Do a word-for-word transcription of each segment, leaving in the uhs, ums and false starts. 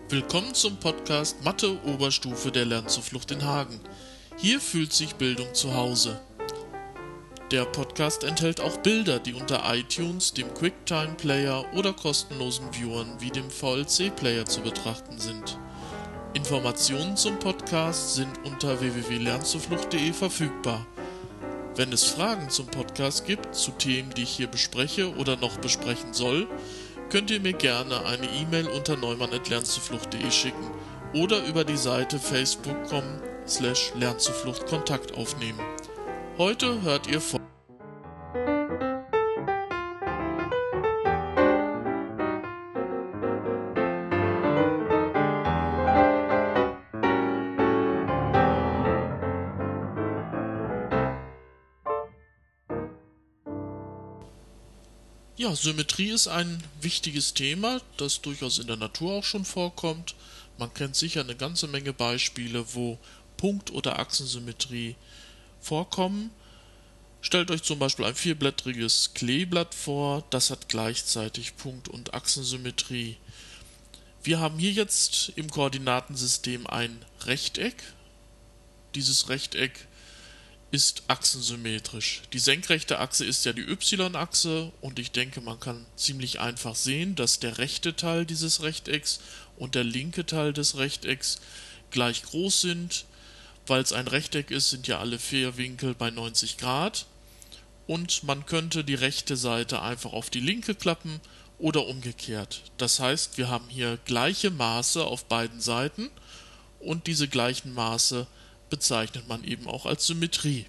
Willkommen zum Podcast Mathe Oberstufe der Lernzuflucht in Hagen. Hier fühlt sich Bildung zu Hause. Der Podcast enthält auch Bilder, die unter iTunes, dem QuickTime-Player oder kostenlosen Viewern wie dem V L C-Player zu betrachten sind. Informationen zum Podcast sind unter w w w punkt lernzuflucht punkt de verfügbar. Wenn es Fragen zum Podcast gibt, zu Themen, die ich hier bespreche oder noch besprechen soll, könnt ihr mir gerne eine E-Mail unter neumann at lernzuflucht punkt de schicken oder über die Seite facebook punkt com slash lernzuflucht Kontakt aufnehmen. Heute hört ihr von Ja, Symmetrie ist ein wichtiges Thema, das durchaus in der Natur auch schon vorkommt. Man kennt sicher eine ganze Menge Beispiele, wo Punkt- oder Achsensymmetrie vorkommen. Stellt euch zum Beispiel ein vierblättriges Kleeblatt vor, das hat gleichzeitig Punkt- und Achsensymmetrie. Wir haben hier jetzt im Koordinatensystem ein Rechteck. Dieses Rechteck ist achsensymmetrisch. Die senkrechte Achse ist ja die Y-Achse und ich denke, man kann ziemlich einfach sehen, dass der rechte Teil dieses Rechtecks und der linke Teil des Rechtecks gleich groß sind. Weil es ein Rechteck ist, sind ja alle vier Winkel bei neunzig Grad und man könnte die rechte Seite einfach auf die linke klappen oder umgekehrt. Das heißt, wir haben hier gleiche Maße auf beiden Seiten und diese gleichen Maße bezeichnet man eben auch als Symmetrie.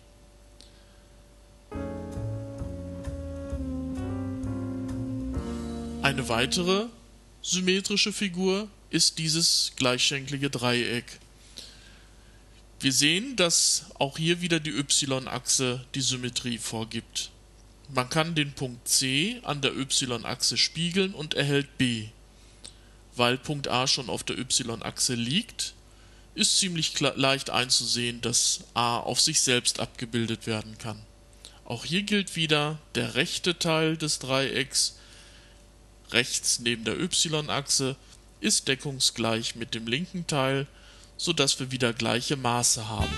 Eine weitere symmetrische Figur ist dieses gleichschenklige Dreieck. Wir sehen, dass auch hier wieder die Y-Achse die Symmetrie vorgibt. Man kann den Punkt C an der Y-Achse spiegeln und erhält B. Weil Punkt A schon auf der Y-Achse liegt, ist ziemlich leicht einzusehen, dass A auf sich selbst abgebildet werden kann. Auch hier gilt wieder, der rechte Teil des Dreiecks, rechts neben der Y-Achse, ist deckungsgleich mit dem linken Teil, sodass wir wieder gleiche Maße haben.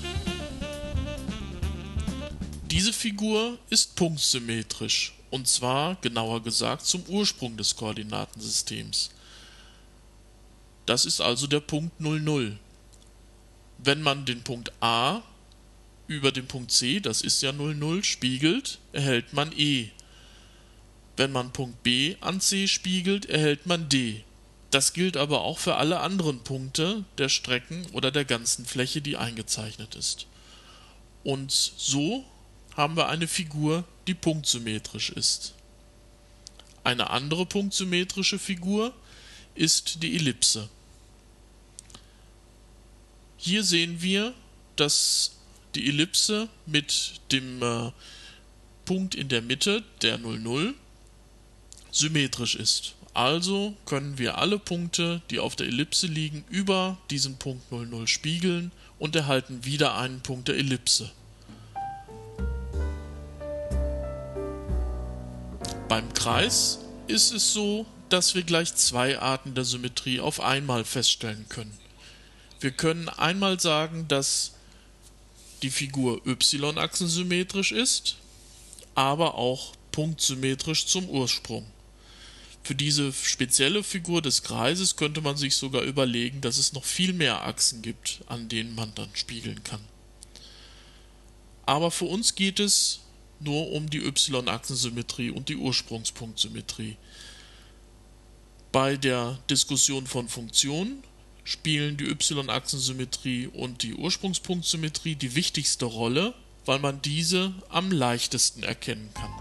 Diese Figur ist punktsymmetrisch, und zwar genauer gesagt zum Ursprung des Koordinatensystems. Das ist also der Punkt null null. Wenn man den Punkt A über den Punkt C, das ist ja null null, spiegelt, erhält man E. Wenn man Punkt B an C spiegelt, erhält man D. Das gilt aber auch für alle anderen Punkte der Strecken oder der ganzen Fläche, die eingezeichnet ist. Und so haben wir eine Figur, die punktsymmetrisch ist. Eine andere punktsymmetrische Figur ist die Ellipse. Hier sehen wir, dass die Ellipse mit dem äh, Punkt in der Mitte, der null null, symmetrisch ist. Also können wir alle Punkte, die auf der Ellipse liegen, über diesen Punkt null null spiegeln und erhalten wieder einen Punkt der Ellipse. Beim Kreis ist es so, dass wir gleich zwei Arten der Symmetrie auf einmal feststellen können. Wir können einmal sagen, dass die Figur Y-achsensymmetrisch ist, aber auch punktsymmetrisch zum Ursprung. Für diese spezielle Figur des Kreises könnte man sich sogar überlegen, dass es noch viel mehr Achsen gibt, an denen man dann spiegeln kann. Aber für uns geht es nur um die Y-Achsensymmetrie und die Ursprungspunktsymmetrie. Bei der Diskussion von Funktionen spielen die Y-Achsensymmetrie und die Ursprungspunktsymmetrie die wichtigste Rolle, weil man diese am leichtesten erkennen kann.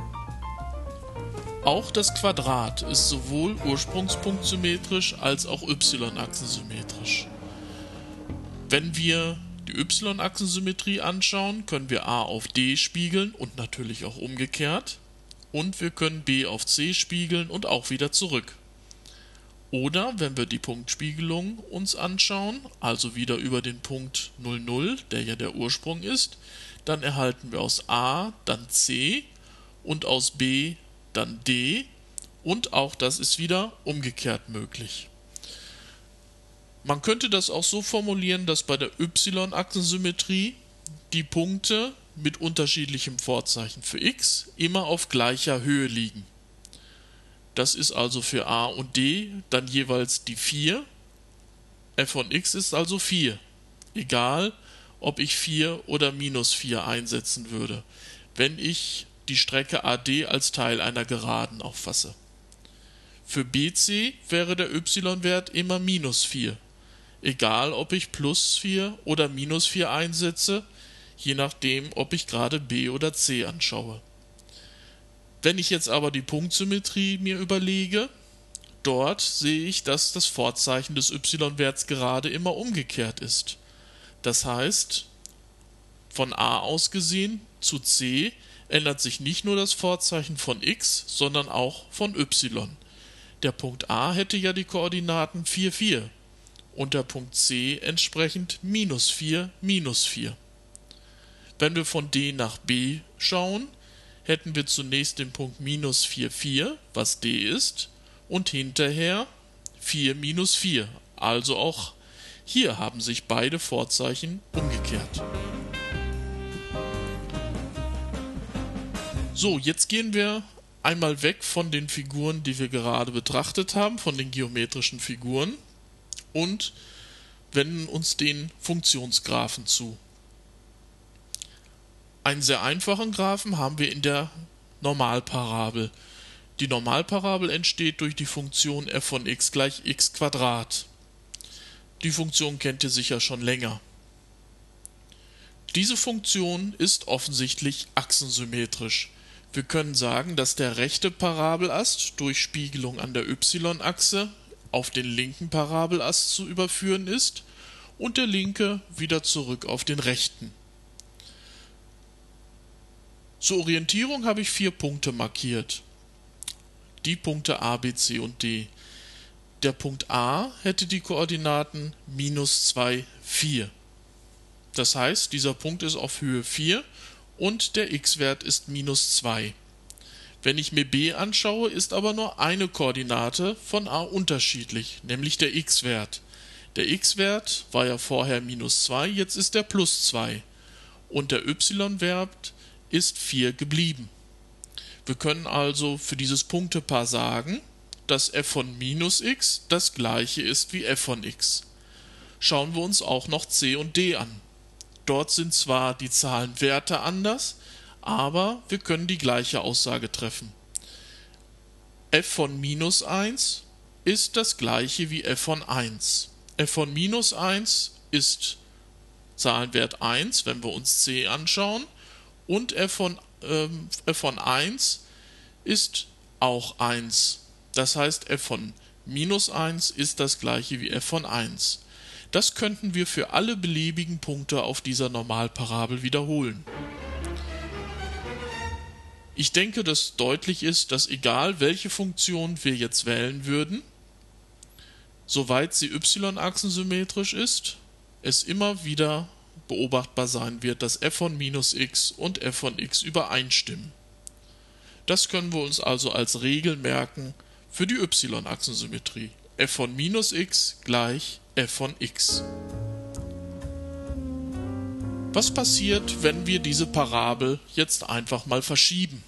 Auch das Quadrat ist sowohl ursprungspunktsymmetrisch als auch Y-Achsensymmetrisch. Wenn wir die Y-Achsensymmetrie anschauen, können wir A auf D spiegeln und natürlich auch umgekehrt. Und wir können B auf C spiegeln und auch wieder zurück. Oder wenn wir die Punktspiegelung uns anschauen, also wieder über den Punkt null null, der ja der Ursprung ist, dann erhalten wir aus A dann C und aus B dann D und auch das ist wieder umgekehrt möglich. Man könnte das auch so formulieren, dass bei der y-Achsensymmetrie die Punkte mit unterschiedlichem Vorzeichen für x immer auf gleicher Höhe liegen. Das ist also für a und d dann jeweils die vier. F von x ist also vier, egal ob ich vier oder minus vier einsetzen würde, wenn ich die Strecke A D als Teil einer Geraden auffasse. Für B C wäre der y-Wert immer minus vier, egal ob ich plus vier oder minus vier einsetze, je nachdem, ob ich gerade B oder C anschaue. Wenn ich jetzt aber die Punktsymmetrie mir überlege, dort sehe ich, dass das Vorzeichen des y-Werts gerade immer umgekehrt ist. Das heißt, von A aus gesehen zu C ändert sich nicht nur das Vorzeichen von x, sondern auch von y. Der Punkt A hätte ja die Koordinaten vier, vier und der Punkt C entsprechend minus vier, minus vier. Wenn wir von D nach B schauen, hätten wir zunächst den Punkt minus vier, vier, was D ist, und hinterher vier minus vier. Also auch hier haben sich beide Vorzeichen umgekehrt. So, jetzt gehen wir einmal weg von den Figuren, die wir gerade betrachtet haben, von den geometrischen Figuren, und wenden uns den Funktionsgraphen zu. Einen sehr einfachen Graphen haben wir in der Normalparabel. Die Normalparabel entsteht durch die Funktion f von x gleich x Quadrat. Die Funktion kennt ihr sicher schon länger. Diese Funktion ist offensichtlich achsensymmetrisch. Wir können sagen, dass der rechte Parabelast durch Spiegelung an der y-Achse auf den linken Parabelast zu überführen ist und der linke wieder zurück auf den rechten. Zur Orientierung habe ich vier Punkte markiert. Die Punkte A, B, C und D. Der Punkt A hätte die Koordinaten minus zwei, vier. Das heißt, dieser Punkt ist auf Höhe vier und der x-Wert ist minus zwei. Wenn ich mir B anschaue, ist aber nur eine Koordinate von A unterschiedlich, nämlich der x-Wert. Der x-Wert war ja vorher minus zwei, jetzt ist er plus zwei. Und der y-Wert ist vier geblieben. Wir können also für dieses Punktepaar sagen, dass f von minus x das gleiche ist wie f von x. Schauen wir uns auch noch C und D an. Dort sind zwar die Zahlenwerte anders, aber wir können die gleiche Aussage treffen. F von minus eins ist das gleiche wie f von eins. F von minus eins ist Zahlenwert eins, wenn wir uns C anschauen, und f von, ähm, f von eins ist auch eins. Das heißt, f von minus eins ist das gleiche wie f von eins. Das könnten wir für alle beliebigen Punkte auf dieser Normalparabel wiederholen. Ich denke, dass deutlich ist, dass egal welche Funktion wir jetzt wählen würden, soweit sie y-achsensymmetrisch ist, es immer wieder beobachtbar sein wird, dass f von minus x und f von x übereinstimmen. Das können wir uns also als Regel merken für die y-Achsensymmetrie. F von minus x gleich f von x. Was passiert, wenn wir diese Parabel jetzt einfach mal verschieben?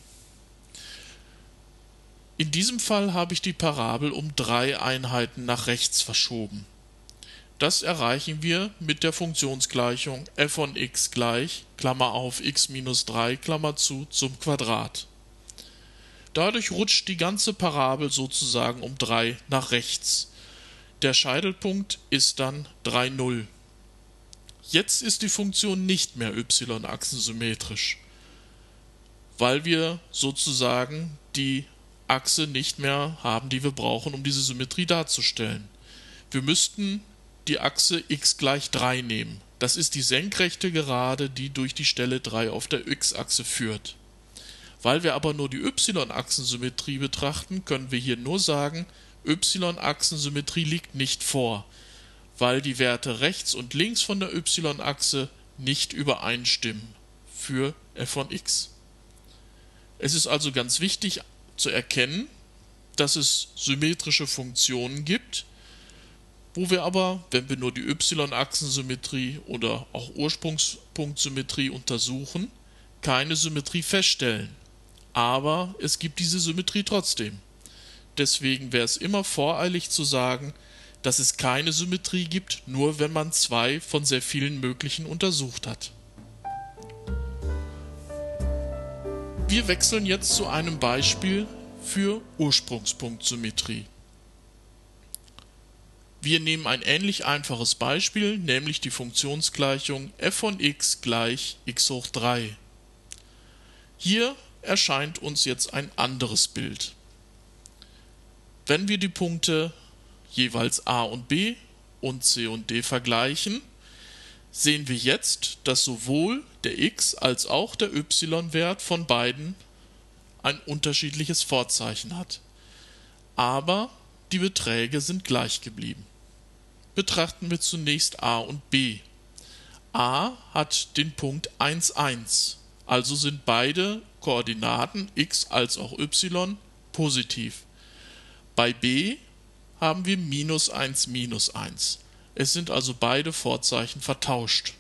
In diesem Fall habe ich die Parabel um drei Einheiten nach rechts verschoben. Das erreichen wir mit der Funktionsgleichung f von x gleich, Klammer auf, x minus drei, Klammer zu, zum Quadrat. Dadurch rutscht die ganze Parabel sozusagen um drei nach rechts. Der Scheitelpunkt ist dann drei, null. Jetzt ist die Funktion nicht mehr y-achsensymmetrisch, weil wir sozusagen die Achse nicht mehr haben, die wir brauchen, um diese Symmetrie darzustellen. Wir müssten die Achse x gleich drei nehmen. Das ist die senkrechte Gerade, die durch die Stelle drei auf der x-Achse führt. Weil wir aber nur die y-Achsensymmetrie betrachten, können wir hier nur sagen, y-Achsensymmetrie liegt nicht vor, weil die Werte rechts und links von der y-Achse nicht übereinstimmen für f von x. Es ist also ganz wichtig zu erkennen, dass es symmetrische Funktionen gibt, Wo wir aber, wenn wir nur die y-Achsensymmetrie oder auch Ursprungspunktsymmetrie untersuchen, keine Symmetrie feststellen. Aber es gibt diese Symmetrie trotzdem. Deswegen wäre es immer voreilig zu sagen, dass es keine Symmetrie gibt, nur wenn man zwei von sehr vielen möglichen untersucht hat. Wir wechseln jetzt zu einem Beispiel für Ursprungspunktsymmetrie. Wir nehmen ein ähnlich einfaches Beispiel, nämlich die Funktionsgleichung f von x gleich x hoch drei. Hier erscheint uns jetzt ein anderes Bild. Wenn wir die Punkte jeweils a und b und c und d vergleichen, sehen wir jetzt, dass sowohl der x- als auch der y-Wert von beiden ein unterschiedliches Vorzeichen hat. Aber die Beträge sind gleich geblieben. Betrachten wir zunächst a und b. A hat den Punkt eins, eins, also sind beide Koordinaten x als auch y positiv. Bei b haben wir minus eins, minus eins. Es sind also beide Vorzeichen vertauscht.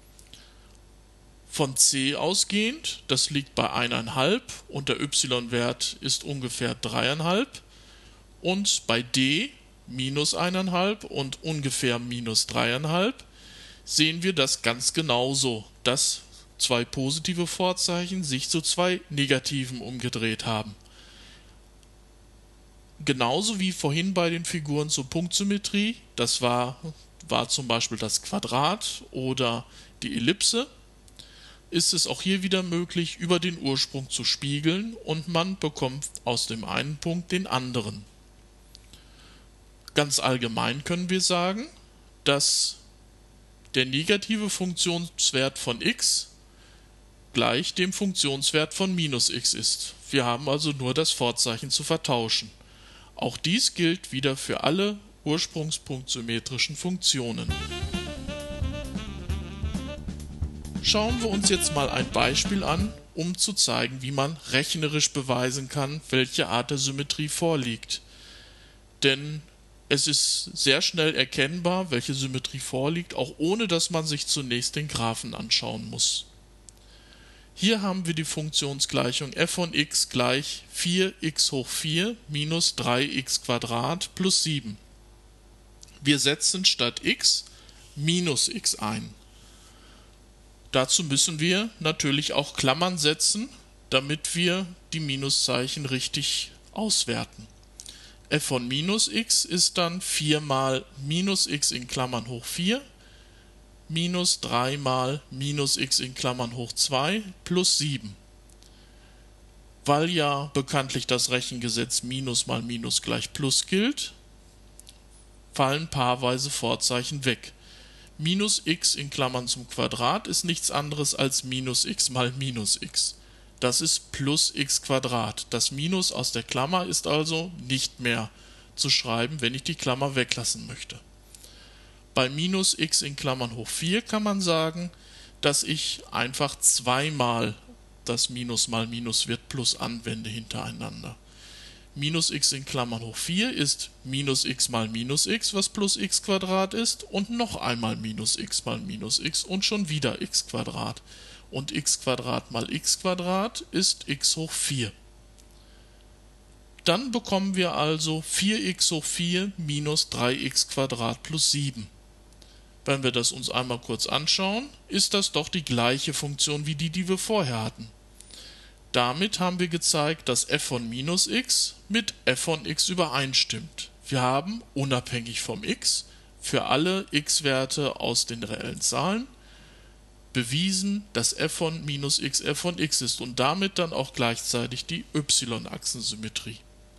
Von c ausgehend, das liegt bei eins Komma fünf und der y-Wert ist ungefähr drei Komma fünf, und bei d minus eins Komma fünf und ungefähr minus drei Komma fünf sehen wir das ganz genauso, dass zwei positive Vorzeichen sich zu zwei negativen umgedreht haben. Genauso wie vorhin bei den Figuren zur Punktsymmetrie, das war, war zum Beispiel das Quadrat oder die Ellipse, ist es auch hier wieder möglich, über den Ursprung zu spiegeln und man bekommt aus dem einen Punkt den anderen. Ganz allgemein können wir sagen, dass der negative Funktionswert von x gleich dem Funktionswert von minus x ist. Wir haben also nur das Vorzeichen zu vertauschen. Auch dies gilt wieder für alle ursprungspunktsymmetrischen Funktionen. Schauen wir uns jetzt mal ein Beispiel an, um zu zeigen, wie man rechnerisch beweisen kann, welche Art der Symmetrie vorliegt. Denn es ist sehr schnell erkennbar, welche Symmetrie vorliegt, auch ohne dass man sich zunächst den Graphen anschauen muss. Hier haben wir die Funktionsgleichung f von x gleich vier x hoch vier minus drei x plus sieben. Wir setzen statt x minus x ein. Dazu müssen wir natürlich auch Klammern setzen, damit wir die Minuszeichen richtig auswerten. F von minus x ist dann vier mal minus x in Klammern hoch vier minus drei mal minus x in Klammern hoch zwei plus sieben. Weil ja bekanntlich das Rechengesetz Minus mal Minus gleich Plus gilt, fallen paarweise Vorzeichen weg. Minus x in Klammern zum Quadrat ist nichts anderes als minus x mal minus x. Das ist plus x Quadrat. Das Minus aus der Klammer ist also nicht mehr zu schreiben, wenn ich die Klammer weglassen möchte. Bei minus x in Klammern hoch vier kann man sagen, dass ich einfach zweimal das Minus mal Minus wird Plus anwende hintereinander. Minus x in Klammern hoch vier ist minus x mal minus x, was plus x Quadrat ist, und noch einmal minus x mal minus x und schon wieder x Quadrat. Und x Quadrat mal x Quadrat ist x hoch vier. Dann bekommen wir also vier x hoch vier minus drei x Quadrat plus sieben. Wenn wir das uns einmal kurz anschauen, ist das doch die gleiche Funktion wie die, die wir vorher hatten. Damit haben wir gezeigt, dass f von minus x mit f von x übereinstimmt. Wir haben, unabhängig vom x, für alle x-Werte aus den reellen Zahlen bewiesen, dass f von minus x f von x ist und damit dann auch gleichzeitig die y-Achsensymmetrie.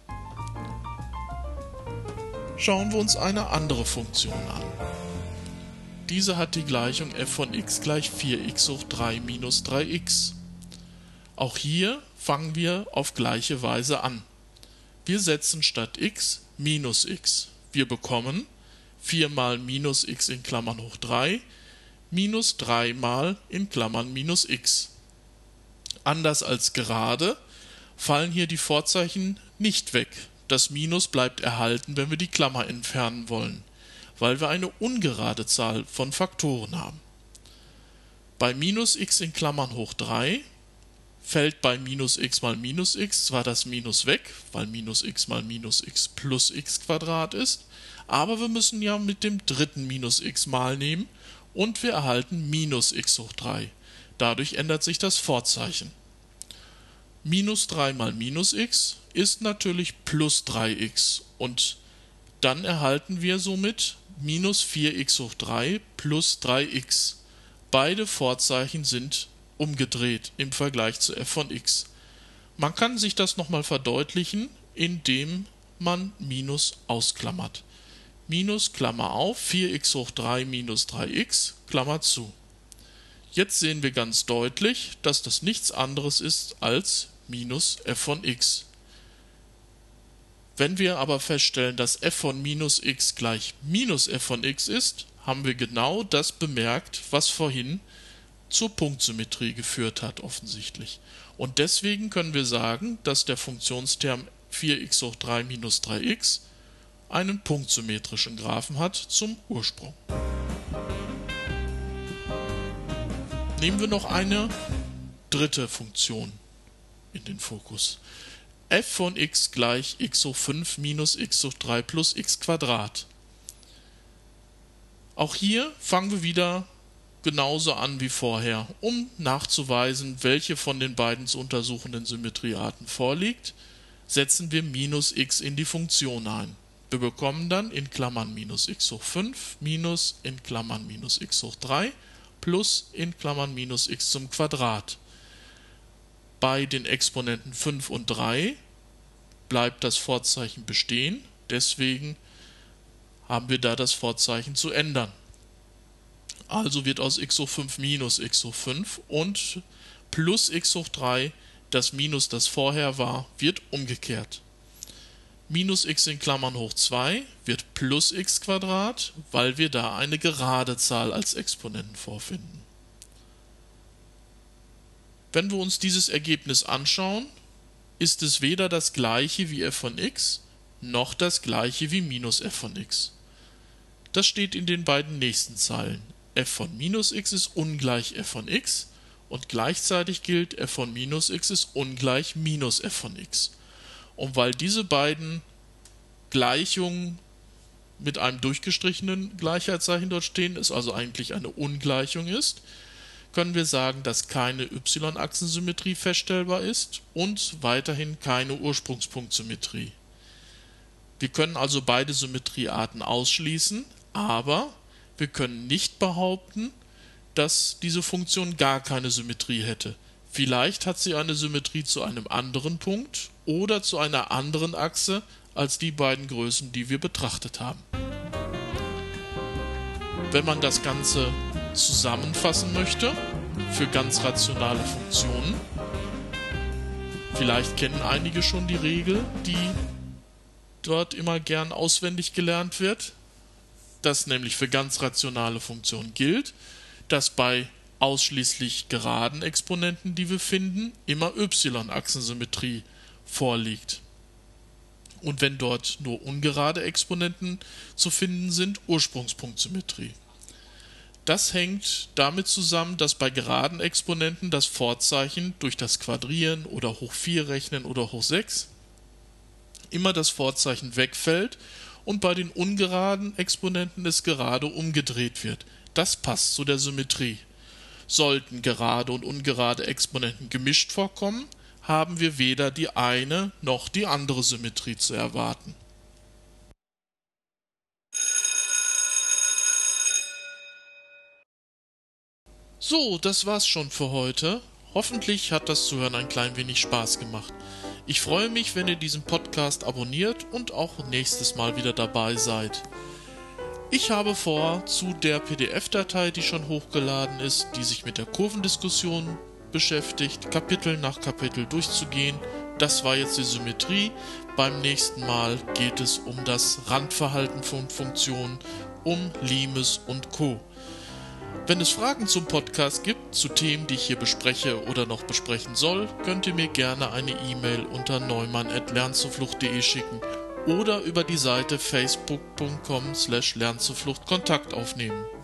Schauen wir uns eine andere Funktion an. Diese hat die Gleichung f von x gleich vier x hoch drei minus drei x. Auch hier fangen wir auf gleiche Weise an. Wir setzen statt x minus x. Wir bekommen vier mal minus x in Klammern hoch drei minus drei mal in Klammern minus x. Anders als gerade fallen hier die Vorzeichen nicht weg. Das Minus bleibt erhalten, wenn wir die Klammer entfernen wollen. weil wir eine ungerade Zahl von Faktoren haben. Bei minus x in Klammern hoch drei fällt bei minus x mal minus x zwar das Minus weg, weil minus x mal minus x plus x Quadrat ist, aber wir müssen ja mit dem dritten minus x mal nehmen und wir erhalten minus x hoch drei. Dadurch ändert sich das Vorzeichen. Minus drei mal minus x ist natürlich plus drei x und dann erhalten wir somit minus vier x hoch drei plus drei x. Beide Vorzeichen sind umgedreht im Vergleich zu f von x. Man kann sich das nochmal verdeutlichen, indem man Minus ausklammert. Minus, Klammer auf, vier x hoch drei minus drei x, Klammer zu. Jetzt sehen wir ganz deutlich, dass das nichts anderes ist als minus f von x. Wenn wir aber feststellen, dass f von minus x gleich minus f von x ist, haben wir genau das bemerkt, was vorhin zur Punktsymmetrie geführt hat, offensichtlich. Und deswegen können wir sagen, dass der Funktionsterm vier x hoch drei minus drei x einen punktsymmetrischen Graphen hat zum Ursprung. Nehmen wir noch eine dritte Funktion in den Fokus. F von x gleich x hoch fünf minus x hoch drei plus x Quadrat. Auch hier fangen wir wieder genauso an wie vorher. Um nachzuweisen, welche von den beiden zu untersuchenden Symmetriearten vorliegt, setzen wir minus x in die Funktion ein. Wir bekommen dann in Klammern minus x hoch fünf minus in Klammern minus x hoch drei plus in Klammern minus x zum Quadrat. Bei den Exponenten fünf und drei bleibt das Vorzeichen bestehen, deswegen haben wir da das Vorzeichen zu ändern. Also wird aus x hoch fünf minus x hoch fünf und plus x hoch drei, das Minus, das vorher war, wird umgekehrt. Minus x in Klammern hoch zwei wird plus x Quadrat, weil wir da eine gerade Zahl als Exponenten vorfinden. Wenn wir uns dieses Ergebnis anschauen, ist es weder das gleiche wie f von x, noch das gleiche wie minus f von x. Das steht in den beiden nächsten Zeilen. F von minus x ist ungleich f von x und gleichzeitig gilt, f von minus x ist ungleich minus f von x. Und weil diese beiden Gleichungen mit einem durchgestrichenen Gleichheitszeichen dort stehen, es also eigentlich eine Ungleichung ist, können wir sagen, dass keine y-Achsensymmetrie feststellbar ist und weiterhin keine Ursprungspunktsymmetrie. Wir können also beide Symmetriearten ausschließen, aber wir können nicht behaupten, dass diese Funktion gar keine Symmetrie hätte. Vielleicht hat sie eine Symmetrie zu einem anderen Punkt oder zu einer anderen Achse als die beiden Größen, die wir betrachtet haben. Wenn man das Ganze zusammenfassen möchte für ganz rationale Funktionen, vielleicht kennen einige schon die Regel, die dort immer gern auswendig gelernt wird, dass nämlich für ganz rationale Funktionen gilt, dass bei ausschließlich geraden Exponenten, die wir finden, immer y-Achsensymmetrie vorliegt. Und wenn dort nur ungerade Exponenten zu finden sind, Ursprungspunktsymmetrie. Das hängt damit zusammen, dass bei geraden Exponenten das Vorzeichen durch das Quadrieren oder hoch vier rechnen oder hoch sechs immer das Vorzeichen wegfällt und bei den ungeraden Exponenten es gerade umgedreht wird. Das passt zu der Symmetrie. Sollten gerade und ungerade Exponenten gemischt vorkommen, haben wir weder die eine noch die andere Symmetrie zu erwarten. So, das war's schon für heute. Hoffentlich hat das Zuhören ein klein wenig Spaß gemacht. Ich freue mich, wenn ihr diesen Podcast abonniert und auch nächstes Mal wieder dabei seid. Ich habe vor, zu der P D F-Datei, die schon hochgeladen ist, die sich mit der Kurvendiskussion beschäftigt, Kapitel nach Kapitel durchzugehen. Das war jetzt die Symmetrie. Beim nächsten Mal geht es um das Randverhalten von Funktionen, um Limes und Co. Wenn es Fragen zum Podcast gibt, zu Themen, die ich hier bespreche oder noch besprechen soll, könnt ihr mir gerne eine E-Mail unter neumann at lernzuflucht punkt de schicken oder über die Seite facebook punkt com slash lernzuflucht Kontakt aufnehmen.